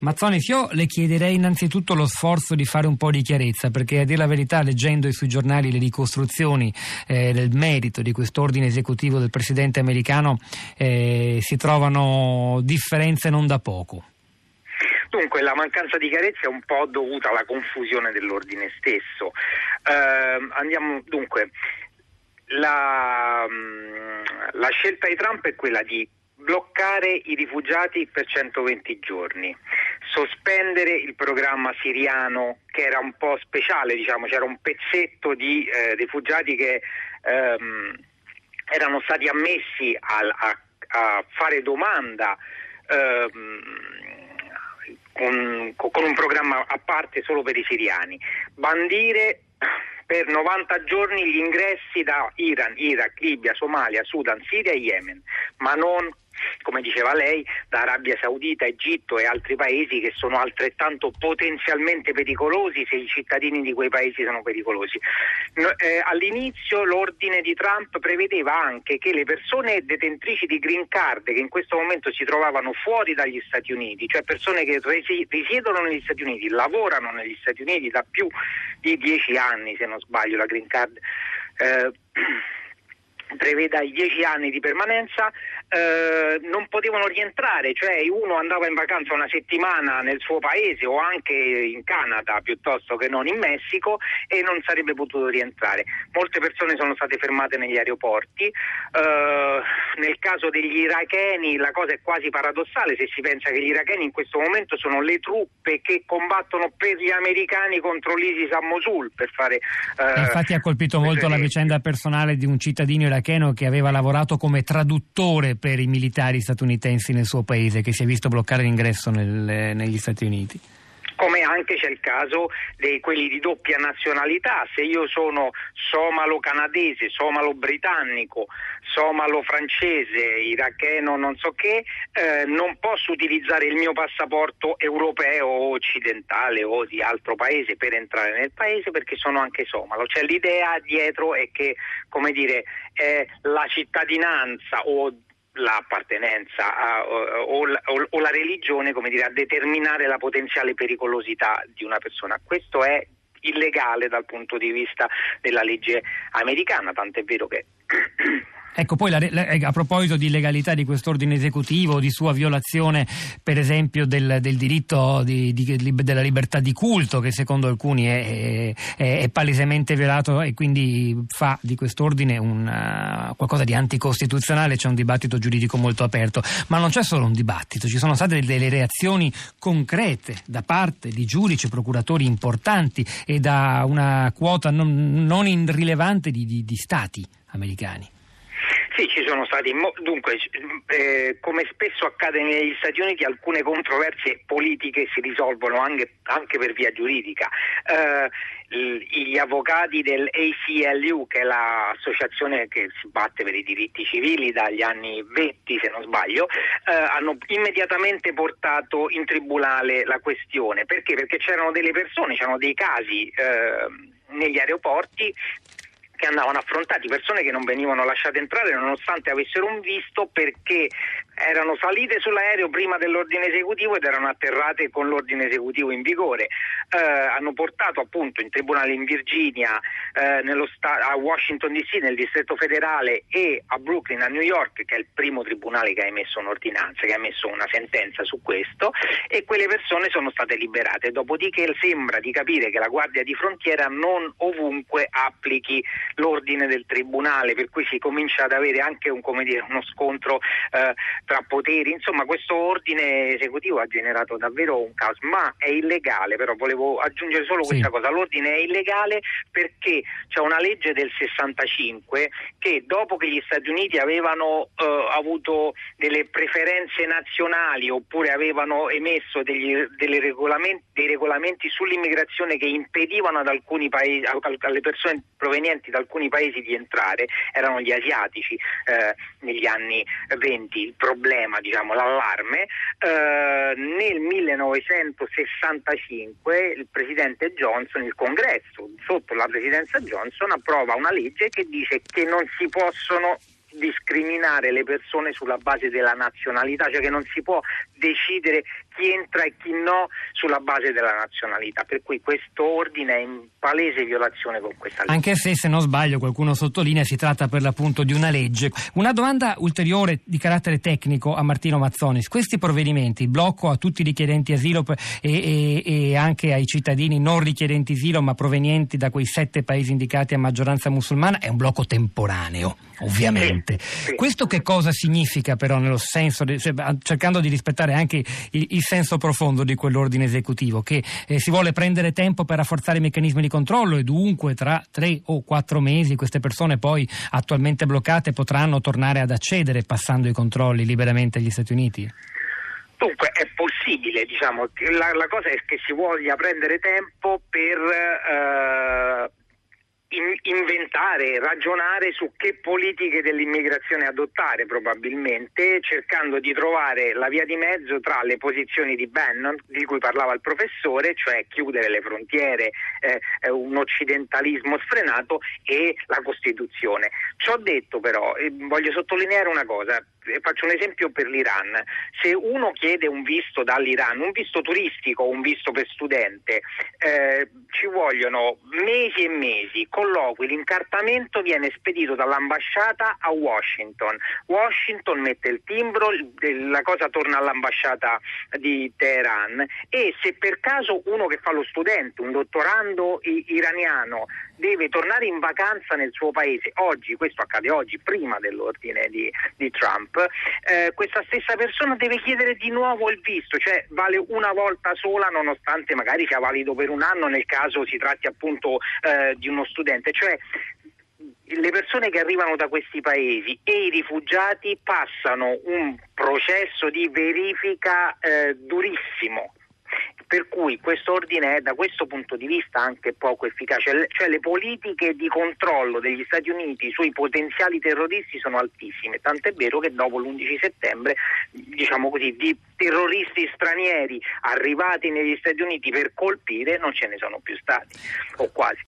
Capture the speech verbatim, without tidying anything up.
Mazzonis, io le chiederei innanzitutto lo sforzo di fare un po' di chiarezza, perché a dire la verità, leggendo sui giornali le ricostruzioni eh, del merito di quest'ordine esecutivo del presidente americano eh, si trovano differenze non da poco. Dunque, la mancanza di chiarezza è un po' dovuta alla confusione dell'ordine stesso. Eh, andiamo dunque, la, la scelta di Trump è quella di bloccare i rifugiati per centoventi giorni, sospendere il programma siriano, che era un po' speciale, diciamo, c'era un pezzetto di eh, rifugiati che ehm, erano stati ammessi a, a, a fare domanda ehm, con, con un programma a parte solo per i siriani, bandire per novanta giorni gli ingressi da Iran, Iraq, Libia, Somalia, Sudan, Siria e Yemen, ma non, come diceva lei, da Arabia Saudita, Egitto e altri paesi che sono altrettanto potenzialmente pericolosi se i cittadini di quei paesi sono pericolosi. No, eh, all'inizio l'ordine di Trump prevedeva anche che le persone detentrici di green card, che in questo momento si trovavano fuori dagli Stati Uniti, cioè persone che resi- risiedono negli Stati Uniti, lavorano negli Stati Uniti da più di dieci anni, se non sbaglio la green card eh, preveda i dieci anni di permanenza, eh, non potevano rientrare, cioè uno andava in vacanza una settimana nel suo paese o anche in Canada piuttosto che non in Messico e non sarebbe potuto rientrare. Molte persone sono state fermate negli aeroporti, eh, nel caso degli iracheni la cosa è quasi paradossale se si pensa che gli iracheni in questo momento sono le truppe che combattono per gli americani contro l'ISIS a Mosul, per fare eh, infatti ha colpito molto la vicenda personale di un cittadino iracheno che aveva lavorato come traduttore per i militari statunitensi nel suo paese, che si è visto bloccare l'ingresso nel, negli Stati Uniti. Come anche c'è il caso di quelli di doppia nazionalità. Se io sono somalo-canadese, somalo-britannico, somalo-francese, iracheno, non so che, eh, non posso utilizzare il mio passaporto europeo o occidentale o di altro paese per entrare nel paese perché sono anche somalo. Cioè l'idea dietro è che, come dire, è la cittadinanza o l'appartenenza a, o, o, o la religione, come dire, a determinare la potenziale pericolosità di una persona. Questo è illegale dal punto di vista della legge americana, tant'è vero che Ecco, poi la, la, a proposito di illegalità di quest'ordine esecutivo, di sua violazione per esempio del, del diritto di, di, della libertà di culto, che secondo alcuni è, è, è palesemente violato e quindi fa di quest'ordine un, qualcosa di anticostituzionale, c'è un dibattito giuridico molto aperto, ma non c'è solo un dibattito, ci sono state delle reazioni concrete da parte di giudici e procuratori importanti e da una quota non, non irrilevante di, di, di stati americani. Sì, ci sono stati, dunque, eh, come spesso accade negli Stati Uniti, alcune controversie politiche si risolvono anche, anche per via giuridica. Eh, gli avvocati del A C L U, che è l'associazione che si batte per i diritti civili dagli anni venti, se non sbaglio, eh, hanno immediatamente portato in tribunale la questione. Perché? Perché c'erano delle persone, c'erano dei casi eh, negli aeroporti che andavano affrontati, persone che non venivano lasciate entrare nonostante avessero un visto perché erano salite sull'aereo prima dell'ordine esecutivo ed erano atterrate con l'ordine esecutivo in vigore. Eh, hanno portato appunto in tribunale in Virginia, eh, nello sta- a Washington D C, nel distretto federale, e a Brooklyn, a New York, che è il primo tribunale che ha emesso un'ordinanza, che ha emesso una sentenza su questo, e quelle persone sono state liberate. Dopodiché sembra di capire che la Guardia di Frontiera non ovunque applichi l'ordine del tribunale, per cui si comincia ad avere anche un, come dire, uno scontro eh, tra poteri. Insomma, questo ordine esecutivo ha generato davvero un caos, ma è illegale. Però volevo aggiungere solo questa sì. cosa: l'ordine è illegale perché c'è una legge del sessantacinque che, dopo che gli Stati Uniti avevano eh, avuto delle preferenze nazionali oppure avevano emesso degli, delle regolamenti, dei regolamenti sull'immigrazione che impedivano ad alcuni paesi, alle persone provenienti da alcuni paesi di entrare, erano gli asiatici eh, negli anni venti il problema, diciamo, l'allarme. Eh, nel millenovecentosessantacinque il presidente Johnson, il congresso sotto la presidenza Johnson, approva una legge che dice che non si possono discriminare le persone sulla base della nazionalità, cioè che non si può decidere chi entra e chi no sulla base della nazionalità, per cui questo ordine è in palese violazione con questa legge. Anche se, se non sbaglio, qualcuno sottolinea, si tratta per l'appunto di una legge. Una domanda ulteriore di carattere tecnico a Martino Mazzonis: questi provvedimenti, il blocco a tutti i richiedenti asilo e, e, e anche ai cittadini non richiedenti asilo ma provenienti da quei sette paesi indicati a maggioranza musulmana, è un blocco temporaneo, ovviamente. Sì, sì. Questo che cosa significa però nello senso, de, cioè, cercando di rispettare anche il, il senso profondo di quell'ordine esecutivo, che eh, si vuole prendere tempo per rafforzare i meccanismi di controllo e dunque tra tre o quattro mesi queste persone poi attualmente bloccate potranno tornare ad accedere passando i controlli liberamente agli Stati Uniti? Dunque è possibile, diciamo, la, la cosa è che si voglia prendere tempo per eh, in, inventare, ragionare su che politiche dell'immigrazione adottare, probabilmente cercando di trovare la via di mezzo tra le posizioni di Bannon, di cui parlava il professore, cioè chiudere le frontiere, eh, un occidentalismo sfrenato, e la Costituzione. Ciò detto però, eh, voglio sottolineare una cosa. Faccio un esempio per l'Iran. Se uno chiede un visto dall'Iran, un visto turistico, un visto per studente, eh, ci vogliono mesi e mesi, colloqui, l'incartamento viene spedito dall'ambasciata a Washington. Washington mette il timbro, la cosa torna all'ambasciata di Teheran, e se per caso uno che fa lo studente, un dottorando iraniano, deve tornare in vacanza nel suo paese, oggi, questo accade oggi, prima dell'ordine di, di Trump, eh, questa stessa persona deve chiedere di nuovo il visto, cioè vale una volta sola nonostante magari sia valido per un anno nel caso si tratti appunto eh, di uno studente, cioè le persone che arrivano da questi paesi e i rifugiati passano un processo di verifica eh, durissimo. Per cui questo ordine è da questo punto di vista anche poco efficace, cioè le politiche di controllo degli Stati Uniti sui potenziali terroristi sono altissime, tant'è vero che dopo l'undici settembre, diciamo così, di terroristi stranieri arrivati negli Stati Uniti per colpire non ce ne sono più stati, o quasi.